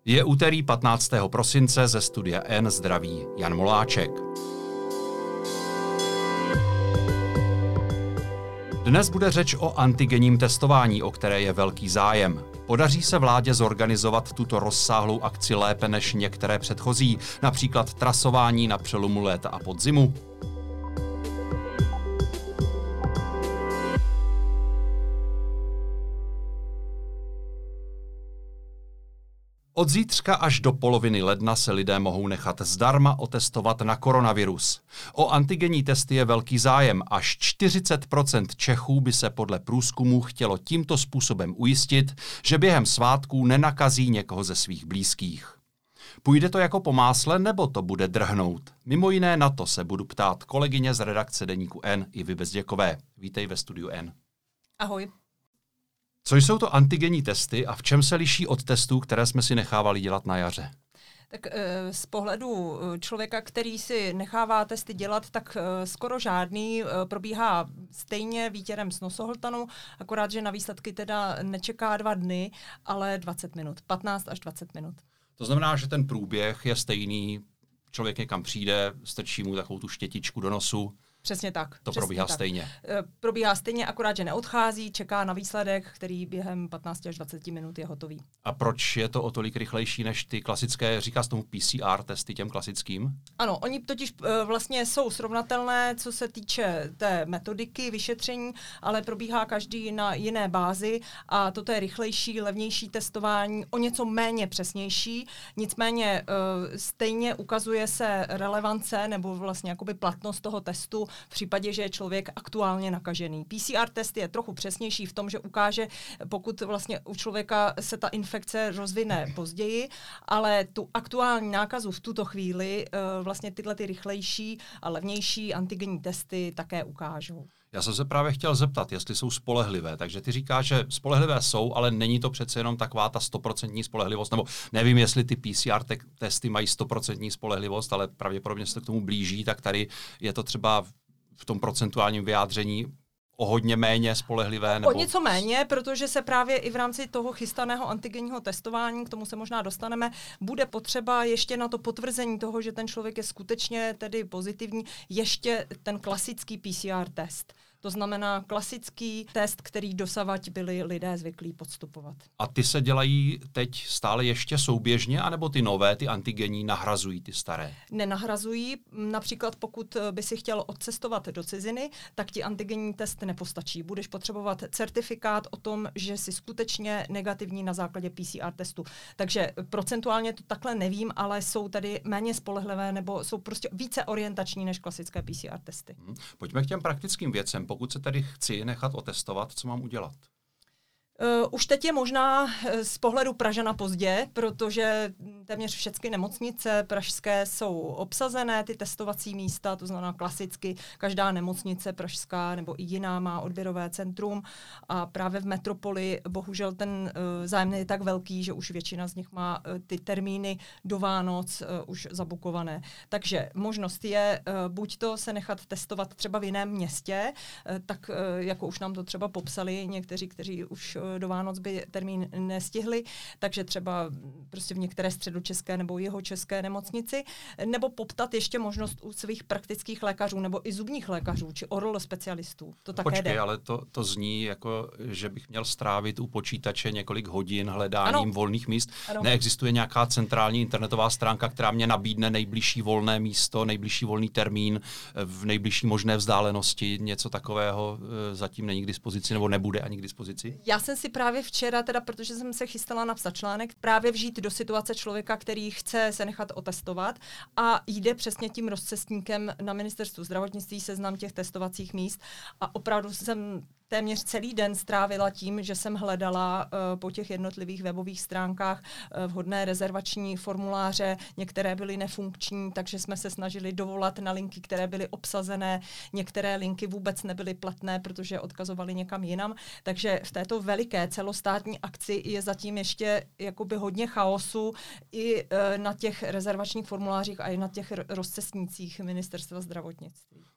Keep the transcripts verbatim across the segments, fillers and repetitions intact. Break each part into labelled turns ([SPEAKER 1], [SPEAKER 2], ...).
[SPEAKER 1] Je úterý patnáctého prosince, ze studia N zdraví Jan Moláček. Dnes bude řeč o antigenním testování, o které je velký zájem. Podaří se vládě zorganizovat tuto rozsáhlou akci lépe než některé předchozí, například trasování na přelomu léta a podzimu? Od zítřka až do poloviny ledna se lidé mohou nechat zdarma otestovat na koronavirus. O antigenní testy je velký zájem. Až čtyřicet procent Čechů by se podle průzkumů chtělo tímto způsobem ujistit, že během svátků nenakazí někoho ze svých blízkých. Půjde to jako po másle, nebo to bude drhnout? Mimo jiné na to se budu ptát kolegyně z redakce deníku N Ivy Bezděkové. Vítej ve studiu N.
[SPEAKER 2] Ahoj.
[SPEAKER 1] Co jsou to antigenní testy a v čem se liší od testů, které jsme si nechávali dělat na jaře?
[SPEAKER 2] Tak z pohledu člověka, který si nechává testy dělat, tak skoro žádný. Probíhá stejně výtěrem z nosohltanu, akorát, že na výsledky teda nečeká dva dny, ale dvacet minut, patnáct až dvacet minut.
[SPEAKER 1] To znamená, že ten průběh je stejný, člověk někam přijde, strčí mu takovou tu štětičku do nosu.
[SPEAKER 2] Přesně tak.
[SPEAKER 1] To
[SPEAKER 2] přesně
[SPEAKER 1] probíhá
[SPEAKER 2] tak.
[SPEAKER 1] stejně.
[SPEAKER 2] Probíhá stejně, akorát, že neodchází, čeká na výsledek, který během patnáct až dvacet minut je hotový.
[SPEAKER 1] A proč je to o tolik rychlejší než ty klasické, říká se tomu P C R testy těm klasickým?
[SPEAKER 2] Ano, oni totiž vlastně jsou srovnatelné, co se týče té metodiky vyšetření, ale probíhá každý na jiné bázi a toto je rychlejší, levnější testování, o něco méně přesnější, nicméně stejně ukazuje se relevance nebo vlastně jakoby platnost toho testu v případě, že je člověk aktuálně nakažený. P C R test je trochu přesnější v tom, že ukáže, pokud vlastně u člověka se ta infekce rozvine později, ale tu aktuální nákazu v tuto chvíli vlastně tyhle ty rychlejší a levnější antigenní testy také ukážou.
[SPEAKER 1] Já jsem se právě chtěl zeptat, jestli jsou spolehlivé. Takže ty říkáš, že spolehlivé jsou, ale není to přece jenom taková ta stoprocentní spolehlivost, nebo nevím, jestli ty P C R te- testy mají stoprocentní spolehlivost, ale pravděpodobně se to k tomu blíží, tak tady je to třeba v tom procentuálním vyjádření o hodně méně spolehlivé? Nebo...
[SPEAKER 2] O něco méně, protože se právě i v rámci toho chystaného antigenního testování, k tomu se možná dostaneme, bude potřeba ještě na to potvrzení toho, že ten člověk je skutečně tedy pozitivní, ještě ten klasický P C R test. To znamená klasický test, který dosavať byli lidé zvyklí podstupovat.
[SPEAKER 1] A ty se dělají teď stále ještě souběžně, anebo ty nové, ty antigenní, nahrazují ty staré?
[SPEAKER 2] Nenahrazují. Například pokud by si chtěl odcestovat do ciziny, tak ti antigenní test nepostačí. Budeš potřebovat certifikát o tom, že jsi skutečně negativní na základě P C R testu. Takže procentuálně to takhle nevím, ale jsou tady méně spolehlivé nebo jsou prostě více orientační než klasické P C R testy.
[SPEAKER 1] Hmm. Pojďme k těm praktickým věcem. Pokud se tady chci nechat otestovat, co mám udělat?
[SPEAKER 2] Uh, už teď je možná z pohledu Pražana pozdě, protože téměř všechny nemocnice pražské jsou obsazené, ty testovací místa, to znamená klasicky každá nemocnice pražská nebo i jiná má odběrové centrum a právě v metropoli bohužel ten uh, zájem je tak velký, že už většina z nich má uh, ty termíny do Vánoc uh, už zabukované. Takže možnost je uh, buď to se nechat testovat třeba v jiném městě, uh, tak uh, jako už nám to třeba popsali někteří, kteří už do Vánoc by termín nestihli, takže třeba prostě v některé středočeské nebo jihočeské nemocnici, nebo poptat ještě možnost u svých praktických lékařů nebo i zubních lékařů, či oral specialistů. To také
[SPEAKER 1] Počkej,
[SPEAKER 2] jde.
[SPEAKER 1] ale to, to zní jako, že bych měl strávit u počítače několik hodin hledáním
[SPEAKER 2] ano. volných
[SPEAKER 1] míst.
[SPEAKER 2] Ano.
[SPEAKER 1] Neexistuje nějaká centrální internetová stránka, která mě nabídne nejbližší volné místo, nejbližší volný termín v nejbližší možné vzdálenosti, něco takového zatím není k dispozici nebo nebude ani k dispozici?
[SPEAKER 2] Já jsem si právě včera, teda protože jsem se chystala napsat článek, právě vžít do situace člověka, který chce se nechat otestovat a jde přesně tím rozcestníkem na ministerstvu zdravotnictví seznam těch testovacích míst a opravdu jsem téměř celý den strávila tím, že jsem hledala uh, po těch jednotlivých webových stránkách uh, vhodné rezervační formuláře, některé byly nefunkční, takže jsme se snažili dovolat na linky, které byly obsazené, některé linky vůbec nebyly platné, protože odkazovaly někam jinam, takže v této veliké celostátní akci je zatím ještě jakoby hodně chaosu i uh, na těch rezervačních formulářích a i na těch rozcestnících ministerstva zdravotnictví.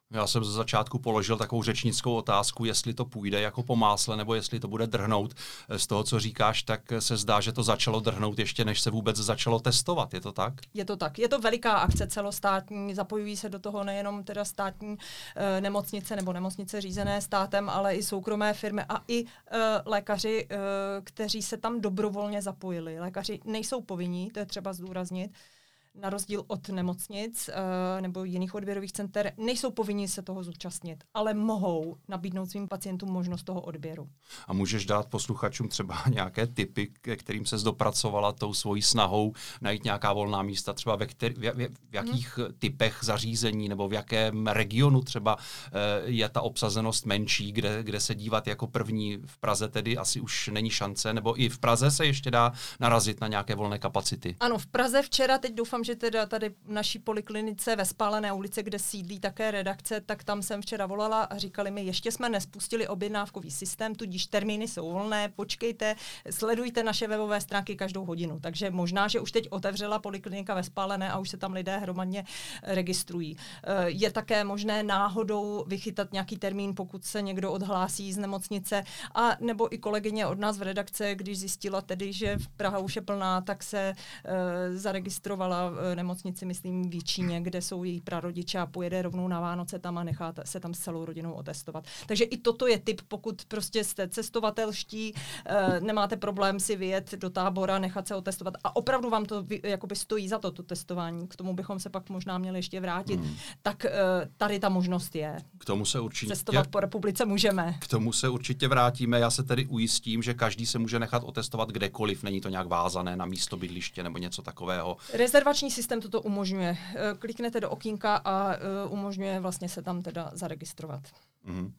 [SPEAKER 1] Já jsem ze začátku položil takovou řečnickou otázku, jestli to půjde jako po másle, nebo jestli to bude drhnout. Z toho, co říkáš, tak se zdá, že to začalo drhnout ještě než se vůbec začalo testovat. Je to tak?
[SPEAKER 2] Je to tak. Je to veliká akce celostátní, zapojují se do toho nejenom teda státní e, nemocnice nebo nemocnice řízené státem, ale i soukromé firmy a i e, lékaři, e, kteří se tam dobrovolně zapojili. Lékaři nejsou povinní, to je třeba zdůraznit, na rozdíl od nemocnic uh, nebo jiných odběrových center, nejsou povinni se toho zúčastnit, ale mohou nabídnout svým pacientům možnost toho odběru.
[SPEAKER 1] A můžeš dát posluchačům třeba nějaké tipy, ke kterým ses dopracovala tou svojí snahou najít nějaká volná místa, třeba ve který, v, v jakých hmm. typech zařízení nebo v jakém regionu třeba uh, je ta obsazenost menší, kde, kde se dívat jako první. V Praze tedy asi už není šance, nebo i v Praze se ještě dá narazit na nějaké volné kapacity?
[SPEAKER 2] Ano, v Praze včera, teď doufám, že teda tady v naší poliklinice ve Spálené ulici, kde sídlí také redakce, tak tam jsem včera volala a říkali mi, ještě jsme nespustili objednávkový systém, tudíž termíny jsou volné, počkejte, sledujte naše webové stránky každou hodinu. Takže možná, že už teď otevřela poliklinika ve Spálené a už se tam lidé hromadně registrují. Je také možné náhodou vychytat nějaký termín, pokud se někdo odhlásí z nemocnice, a nebo i kolegyně od nás v redakce, když zjistila tedy, že Praha už je plná, tak se uh, zaregistrovala v nemocnici, myslím, v Jičíně, kde jsou její prarodiče a pojede rovnou na Vánoce tam a nechá se tam s celou rodinou otestovat. Takže i toto je tip, pokud prostě jste cestovatelští, uh, nemáte problém si vyjet do Tábora, nechat se otestovat a opravdu vám to jakoby stojí za to, to testování, k tomu bychom se pak možná měli ještě vrátit, hmm. tak uh, tady ta možnost je.
[SPEAKER 1] K tomu se určitě...
[SPEAKER 2] Cestovat po republice můžeme.
[SPEAKER 1] K tomu se určitě vrátíme. Já se tedy ujistím, že každý se může nechat otestovat kdekoliv, není to nějak vázané na místo bydliště nebo něco takového.
[SPEAKER 2] Rezervační systém toto umožňuje. Kliknete do okýnka a umožňuje vlastně se tam teda zaregistrovat. Mm-hmm.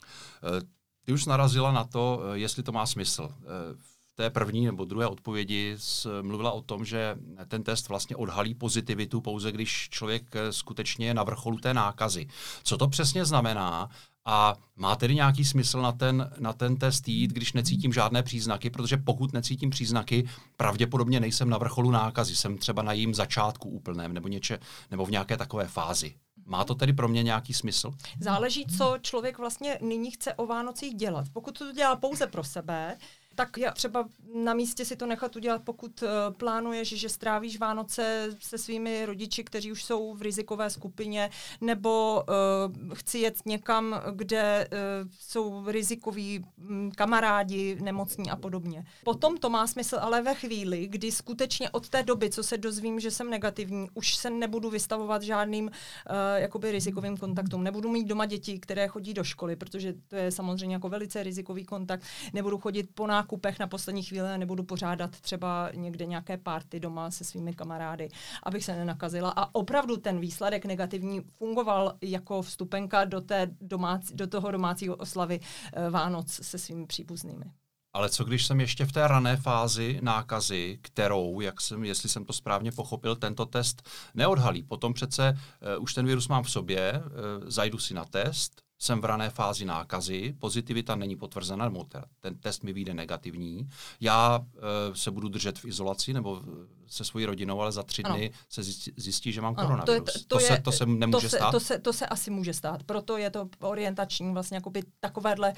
[SPEAKER 1] Ty už narazila na to, jestli to má smysl. V té první nebo druhé odpovědi mluvila o tom, že ten test vlastně odhalí pozitivitu pouze, když člověk skutečně je na vrcholu té nákazy. Co to přesně znamená? A má tedy nějaký smysl na ten, na ten test jít, když necítím žádné příznaky, protože pokud necítím příznaky, pravděpodobně nejsem na vrcholu nákazy, jsem třeba na jejím začátku úplném nebo, něče, nebo v nějaké takové fázi. Má to tedy pro mě nějaký smysl?
[SPEAKER 2] Záleží, co člověk vlastně nyní chce o Vánocích dělat. Pokud to dělá pouze pro sebe, tak je třeba na místě si to nechat udělat, pokud uh, plánuješ, že strávíš Vánoce se svými rodiči, kteří už jsou v rizikové skupině, nebo uh, chci jet někam, kde uh, jsou rizikoví um, kamarádi, nemocní a podobně. Potom to má smysl, ale ve chvíli, kdy skutečně od té doby, co se dozvím, že jsem negativní, už se nebudu vystavovat žádným uh, jakoby rizikovým kontaktům. Nebudu mít doma děti, které chodí do školy, protože to je samozřejmě jako velice rizikový kontakt. Nebudu chodit po nákupech na poslední chvíli a nebudu pořádat třeba někde nějaké party doma se svými kamarády, abych se nenakazila. A opravdu ten výsledek negativní fungoval jako vstupenka do, té domácí, do toho domácího oslavy uh, Vánoc se svými příbuznými.
[SPEAKER 1] Ale co když jsem ještě v té rané fázi nákazy, kterou, jak jsem, jestli jsem to správně pochopil, tento test neodhalí. Potom přece uh, už ten virus mám v sobě, uh, zajdu si na test, jsem v rané fázi nákazy, pozitivita není potvrzena, nebo ten test mi vyjde negativní. Já uh, se budu držet v izolaci nebo se svojí rodinou, ale za tři
[SPEAKER 2] ano.
[SPEAKER 1] dny se zjistí, zjistí že mám
[SPEAKER 2] ano,
[SPEAKER 1] koronavirus.
[SPEAKER 2] To, je, to,
[SPEAKER 1] to,
[SPEAKER 2] je,
[SPEAKER 1] se, to se nemůže
[SPEAKER 2] to se,
[SPEAKER 1] stát?
[SPEAKER 2] To se, to se asi může stát. Proto je to orientační, vlastně jakoby takovéhle uh,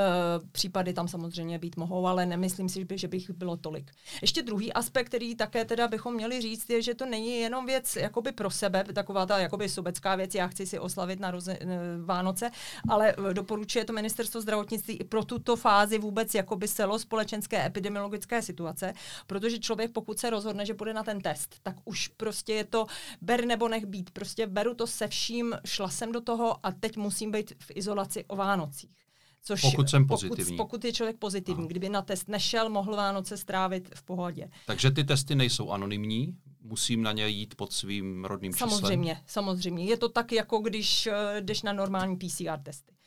[SPEAKER 2] případy tam samozřejmě být mohou, ale nemyslím si, že bych bylo tolik. Ještě druhý aspekt, který také teda bychom měli říct, je, že to není jenom věc jakoby pro sebe, taková ta jakoby sobecká věc, já chci si oslavit na roze, Vánoce, ale doporučuje to ministerstvo zdravotnictví i pro tuto fázi vůbec jakoby celospolečenské epidemiologické situace, protože člověk, pokud se rozhodne, že půjde na ten test, tak už prostě je to ber nebo nech být. Prostě beru to se vším, šla jsem do toho a teď musím být v izolaci o Vánocích. Což
[SPEAKER 1] pokud jsem pozitivní.
[SPEAKER 2] Pokud, pokud je člověk pozitivní. Aha. Kdyby na test nešel, mohl Vánoce strávit v pohodě.
[SPEAKER 1] Takže ty testy nejsou anonymní? Musím na ně jít pod svým rodným číslem?
[SPEAKER 2] Samozřejmě, samozřejmě. Je to tak, jako když jdeš na normální P C R testy.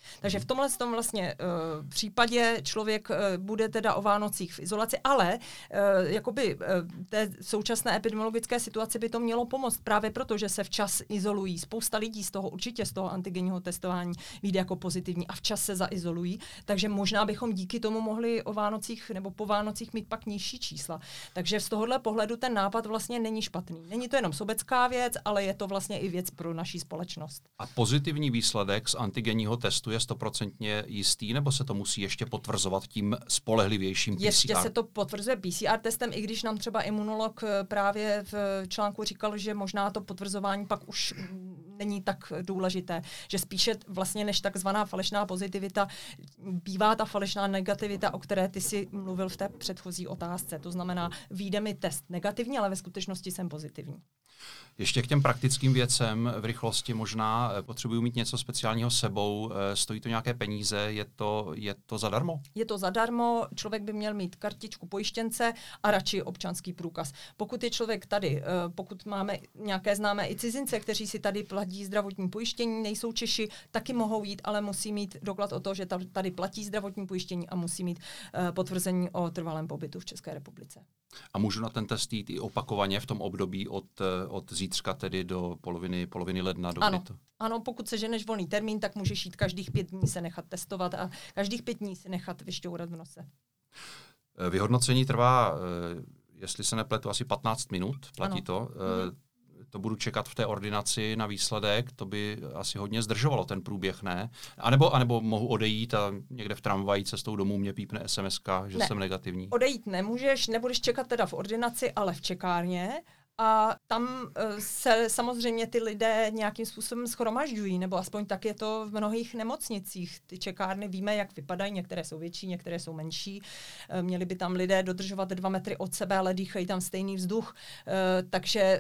[SPEAKER 2] Takže v tomhle tom vlastně uh, případě člověk uh, bude teda o Vánocích v izolaci, ale uh, jakoby uh, té současné epidemiologické situaci by to mělo pomoct právě proto, že se včas izolují. Spousta lidí z toho určitě z toho antigenního testování vyjde jako pozitivní a včas se zaizolují, takže možná bychom díky tomu mohli o Vánocích nebo po Vánocích mít pak nižší čísla. Takže z tohohle pohledu ten nápad vlastně není špatný. Není to jenom sobecká věc, ale je to vlastně i věc pro naši společnost.
[SPEAKER 1] A pozitivní výsledek z antigenního testu je stoprocentně jistý, nebo se to musí ještě potvrzovat tím spolehlivějším P C R?
[SPEAKER 2] Ještě se to potvrzuje P C R testem, i když nám třeba imunolog právě v článku říkal, že možná to potvrzování pak už není tak důležité, že spíše vlastně než takzvaná falešná pozitivita bývá ta falešná negativita, o které ty si mluvil v té předchozí otázce. To znamená, vyjde mi test negativní, ale ve skutečnosti jsem pozitivní.
[SPEAKER 1] Ještě k těm praktickým věcem v rychlosti možná potřebuju mít něco speciálního s sebou. Stojí to nějaké peníze? Je to, je to zadarmo?
[SPEAKER 2] Je to zadarmo. Člověk by měl mít kartičku pojištěnce a radši občanský průkaz. Pokud je člověk tady, pokud máme nějaké známé i cizince, kteří si tady platí zdravotní pojištění, nejsou Češi, taky mohou jít, ale musí mít doklad o to, že tady platí zdravotní pojištění a musí mít potvrzení o trvalém pobytu v České republice.
[SPEAKER 1] A můžu na ten test jít i opakovaně v tom období od, od zítřka tedy do poloviny, poloviny ledna? Do
[SPEAKER 2] ano,
[SPEAKER 1] to?
[SPEAKER 2] ano, pokud se ženeš volný termín, tak můžeš jít každých pět dní se nechat testovat a každých pět dní si nechat vyšťourat v nose.
[SPEAKER 1] Vyhodnocení trvá, jestli se nepletu, asi patnáct minut, platí
[SPEAKER 2] ano.
[SPEAKER 1] to.
[SPEAKER 2] Mhm.
[SPEAKER 1] To budu čekat v té ordinaci na výsledek, to by asi hodně zdržovalo ten průběh, ne? A nebo, a nebo mohu odejít a někde v tramvaji cestou domů mě pípne es em eska, že
[SPEAKER 2] ne.
[SPEAKER 1] jsem negativní.
[SPEAKER 2] Odejít nemůžeš, nebudeš čekat teda v ordinaci, ale v čekárně. A tam se samozřejmě ty lidé nějakým způsobem shromažďují, nebo aspoň tak je to v mnohých nemocnicích. Ty čekárny víme, jak vypadají, některé jsou větší, některé jsou menší. Měli by tam lidé dodržovat dva metry od sebe, ale dýchají tam stejný vzduch. Takže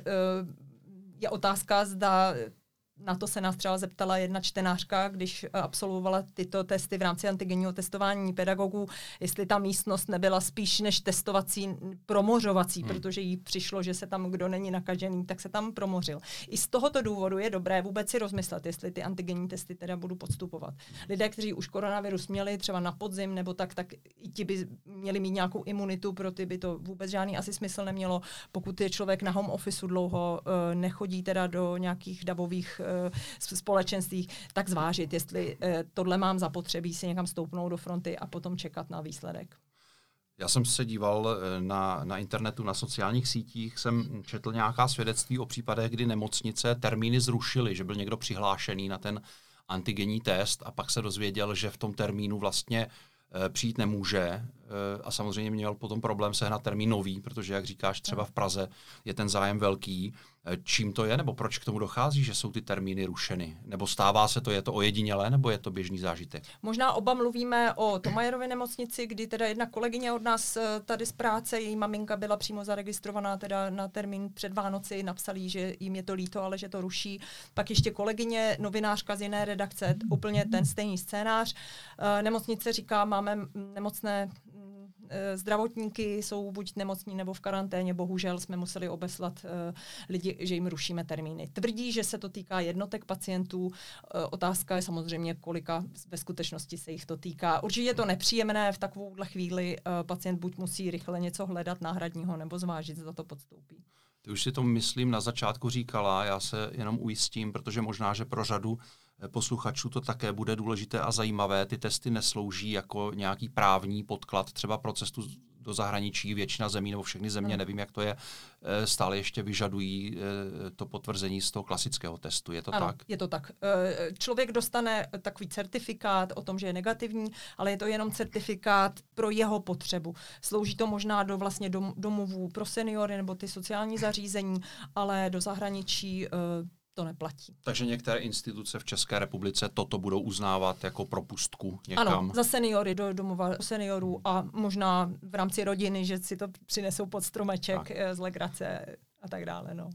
[SPEAKER 2] je otázka, zda na to se nás třeba zeptala jedna čtenářka, když absolvovala tyto testy v rámci antigenního testování pedagogů, jestli ta místnost nebyla spíš než testovací, promořovací, hmm. protože jí přišlo, že se tam kdo není nakažený, tak se tam promořil. I z tohoto důvodu je dobré vůbec si rozmyslet, jestli ty antigenní testy teda budu podstupovat. Lidé, kteří už koronavirus měli třeba na podzim nebo tak, tak i ti by měli mít nějakou imunitu, pro ty by to vůbec žádný asi smysl nemělo. Pokud je člověk na home officeu dlouho, nechodí teda do nějakých davových společenství, tak zvážit, jestli tohle mám zapotřebí si někam stoupnout do fronty a potom čekat na výsledek.
[SPEAKER 1] Já jsem se díval na, na internetu, na sociálních sítích, jsem četl nějaká svědectví o případech, kdy nemocnice termíny zrušily, že byl někdo přihlášený na ten antigenní test a pak se dozvěděl, že v tom termínu vlastně přijít nemůže a samozřejmě měl potom problém sehnat termín nový, protože, jak říkáš, třeba v Praze je ten zájem velký. Čím to je, nebo proč k tomu dochází, že jsou ty termíny rušeny? Nebo stává se to, je to ojedinělé, nebo je to běžný zážitek?
[SPEAKER 2] Možná oba mluvíme o Thomayerově nemocnici, kdy teda jedna kolegyně od nás tady z práce, její maminka byla přímo zaregistrovaná teda na termín před Vánoci, napsali jí, že jim je to líto, ale že to ruší. Pak ještě kolegyně, novinářka z jiné redakce, úplně ten stejný scénář. Nemocnice říká, máme nemocné zdravotníky, jsou buď nemocní nebo v karanténě, bohužel jsme museli obeslat uh, lidi, že jim rušíme termíny. Tvrdí, že se to týká jednotek pacientů. Uh, otázka je samozřejmě, kolika ve skutečnosti se jich to týká. Určitě je to nepříjemné, v takovouhle chvíli uh, pacient buď musí rychle něco hledat náhradního, nebo zvážit, zda to podstoupí.
[SPEAKER 1] Ty už si to, myslím, na začátku říkala, já se jenom ujistím, protože možná, že pro řadu posluchačů to také bude důležité a zajímavé. Ty testy neslouží jako nějaký právní podklad třeba pro cestu do zahraničí. Většina zemí nebo všechny země, nevím, jak to je, stále ještě vyžadují to potvrzení z toho klasického testu. Je to
[SPEAKER 2] ano,
[SPEAKER 1] tak?
[SPEAKER 2] Je to tak. Člověk dostane takový certifikát o tom, že je negativní, ale je to jenom certifikát pro jeho potřebu. Slouží to možná do vlastně dom, domovů pro seniory nebo ty sociální zařízení, ale do zahraničí to neplatí.
[SPEAKER 1] Takže některé instituce v České republice toto budou uznávat jako propustku někam?
[SPEAKER 2] Ano, za seniory, do domova seniorů a možná v rámci rodiny, že si to přinesou pod stromeček tak. z legrace a tak dále. No.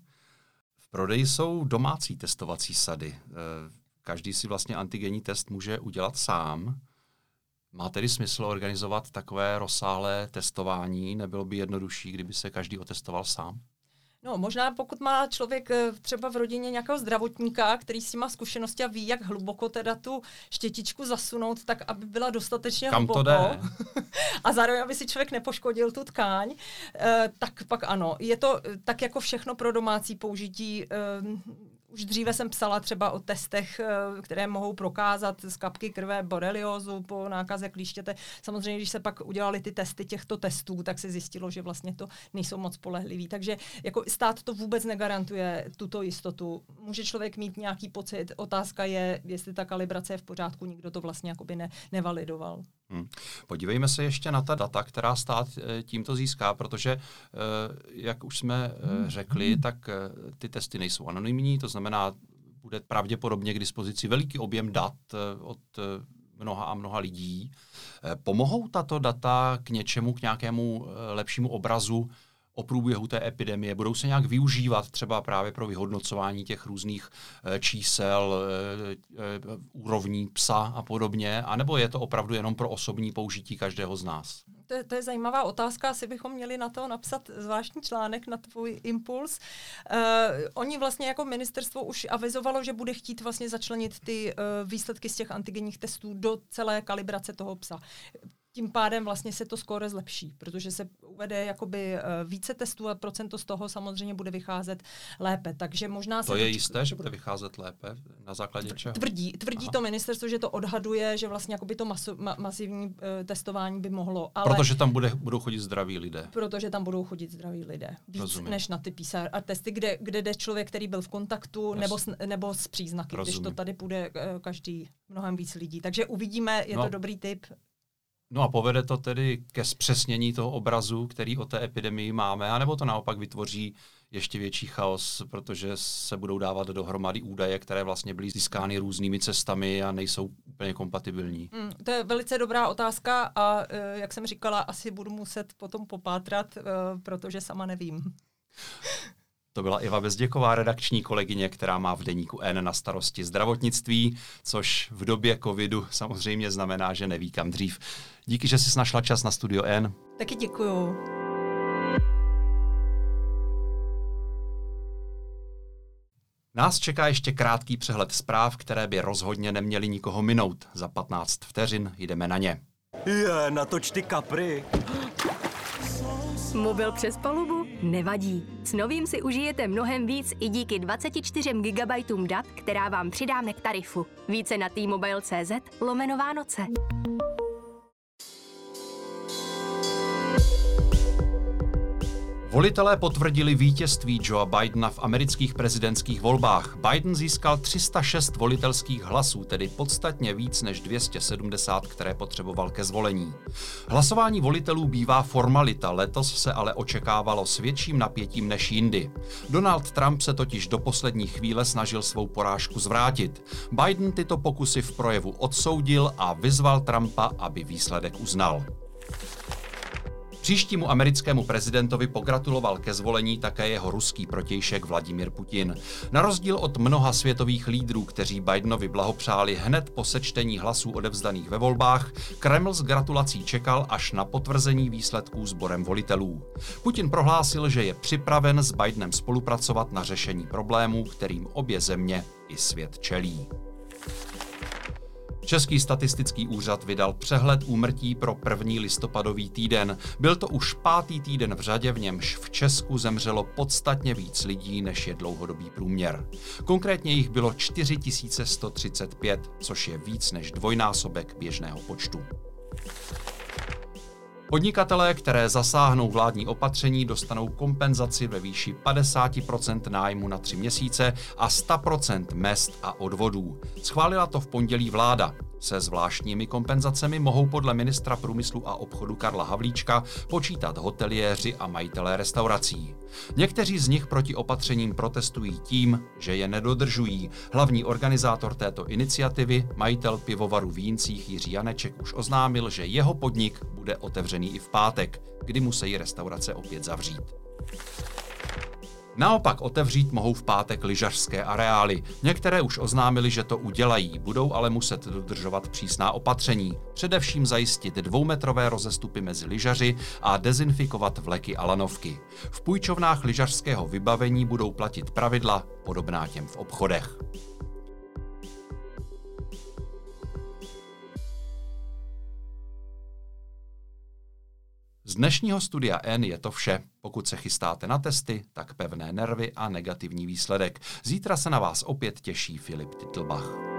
[SPEAKER 1] V prodeji jsou domácí testovací sady. Každý si vlastně antigenní test může udělat sám. Má tedy smysl organizovat takové rozsáhlé testování? Nebylo by jednodušší, kdyby se každý otestoval sám?
[SPEAKER 2] No, možná pokud má člověk třeba v rodině nějakého zdravotníka, který s tím má zkušenosti a ví, jak hluboko teda tu štětičku zasunout, tak aby byla dostatečně
[SPEAKER 1] Kam
[SPEAKER 2] hluboko.
[SPEAKER 1] to jde?
[SPEAKER 2] A zároveň, aby si člověk nepoškodil tu tkáň, tak pak ano. Je to tak jako všechno pro domácí použití. Už dříve jsem psala třeba o testech, které mohou prokázat z kapky krve boreliózu po nákaze klíštěte. Samozřejmě, když se pak udělali ty testy těchto testů, tak se zjistilo, že vlastně to nejsou moc spolehlivý. Takže jako stát to vůbec negarantuje tuto jistotu. Může člověk mít nějaký pocit. Otázka je, jestli ta kalibrace je v pořádku, nikdo to vlastně jakoby ne, nevalidoval.
[SPEAKER 1] Hmm. Podívejme se ještě na ta data, která stát tímto získá, protože, jak už jsme řekli, tak ty testy nejsou anonymní, to znamená, bude pravděpodobně k dispozici veliký objem dat od mnoha a mnoha lidí. Pomohou tato data k něčemu, k nějakému lepšímu obrazu o průběhu té epidemie? Budou se nějak využívat třeba právě pro vyhodnocování těch různých čísel, úrovní psa a podobně? A nebo je to opravdu jenom pro osobní použití každého z nás?
[SPEAKER 2] To je, to je zajímavá otázka, asi bychom měli na to napsat zvláštní článek na tvůj impuls. Uh, oni vlastně jako ministerstvo už avizovalo, že bude chtít vlastně začlenit ty uh, výsledky z těch antigenních testů do celé kalibrace toho psa. Tím pádem vlastně se to skóre zlepší, protože se uvede jakoby více testů a procento z toho samozřejmě bude vycházet lépe. Takže možná
[SPEAKER 1] to
[SPEAKER 2] se
[SPEAKER 1] je doč... jisté, že bude vycházet lépe? Na základě čeho?
[SPEAKER 2] Tvrdí, tvrdí to ministerstvo, že to odhaduje, že vlastně jakoby to maso, ma, masivní uh, testování by mohlo. Ale
[SPEAKER 1] protože tam bude, budou chodit zdraví lidé.
[SPEAKER 2] Protože tam budou chodit zdraví lidé. Víc Rozumím. Než na ty P C R testy, kde, kde jde člověk, který byl v kontaktu nebo s, nebo s příznaky. Rozumím. Když to tady bude uh, každý mnohem víc lidí. Takže uvidíme, je no. to dobrý tip.
[SPEAKER 1] No a povede to tedy ke zpřesnění toho obrazu, který o té epidemii máme, anebo to naopak vytvoří ještě větší chaos, protože se budou dávat dohromady údaje, které vlastně byly získány různými cestami a nejsou úplně kompatibilní?
[SPEAKER 2] Mm, to je velice dobrá otázka a jak jsem říkala, asi budu muset potom popátrat, protože sama nevím.
[SPEAKER 1] To byla Iva Bezděková, redakční kolegyně, která má v deníku N na starosti zdravotnictví, což v době covidu samozřejmě znamená, že neví kam dřív. Díky, že jsi našla čas na Studio N.
[SPEAKER 2] Taky děkuju.
[SPEAKER 1] Nás čeká ještě krátký přehled zpráv, které by rozhodně neměly nikoho minout. Za patnáct vteřin jdeme na ně.
[SPEAKER 3] Je, natoč ty kapry.
[SPEAKER 4] Mobil přes palubu? Nevadí. S novým si užijete mnohem víc i díky dvaceti čtyřem gigabajtům dat, která vám přidáme k tarifu. Více na t-mobile tečka cé zet lomeno Vánoce.
[SPEAKER 1] Volitelé potvrdili vítězství Joea Bidena v amerických prezidentských volbách. Biden získal tři sta šest volitelských hlasů, tedy podstatně víc než dvě stě sedmdesát, které potřeboval ke zvolení. Hlasování volitelů bývá formalita, letos se ale očekávalo s větším napětím než jindy. Donald Trump se totiž do poslední chvíle snažil svou porážku zvrátit. Biden tyto pokusy v projevu odsoudil a vyzval Trumpa, aby výsledek uznal. Příštímu americkému prezidentovi pogratuloval ke zvolení také jeho ruský protějšek Vladimír Putin. Na rozdíl od mnoha světových lídrů, kteří Bidenovi blahopřáli hned po sečtení hlasů odevzdaných ve volbách, Kreml s gratulací čekal až na potvrzení výsledků sborem volitelů. Putin prohlásil, že je připraven s Bidenem spolupracovat na řešení problémů, kterým obě země i svět čelí. Český statistický úřad vydal přehled úmrtí pro první listopadový týden. Byl to už pátý týden v řadě, v němž v Česku zemřelo podstatně víc lidí, než je dlouhodobý průměr. Konkrétně jich bylo čtyři tisíce sto třicet pět, což je víc než dvojnásobek běžného počtu. Podnikatelé, které zasáhnou vládní opatření, dostanou kompenzaci ve výši padesát procent nájmu na tři měsíce a sto procent mezd a odvodů. Schválila to v pondělí vláda. Se zvláštními kompenzacemi mohou podle ministra průmyslu a obchodu Karla Havlíčka počítat hoteliéři a majitelé restaurací. Někteří z nich proti opatřením protestují tím, že je nedodržují. Hlavní organizátor této iniciativy, majitel pivovaru v Jincích Jiří Janeček, už oznámil, že jeho podnik bude otevřený i v pátek, kdy musí restaurace opět zavřít. Naopak otevřít mohou v pátek lyžařské areály. Některé už oznámili, že to udělají, budou ale muset dodržovat přísná opatření. Především zajistit dvoumetrové rozestupy mezi lyžaři a dezinfikovat vleky a lanovky. V půjčovnách lyžařského vybavení budou platit pravidla podobná těm v obchodech. Z dnešního Studia N je to vše. Pokud se chystáte na testy, tak pevné nervy a negativní výsledek. Zítra se na vás opět těší Filip Titlbach.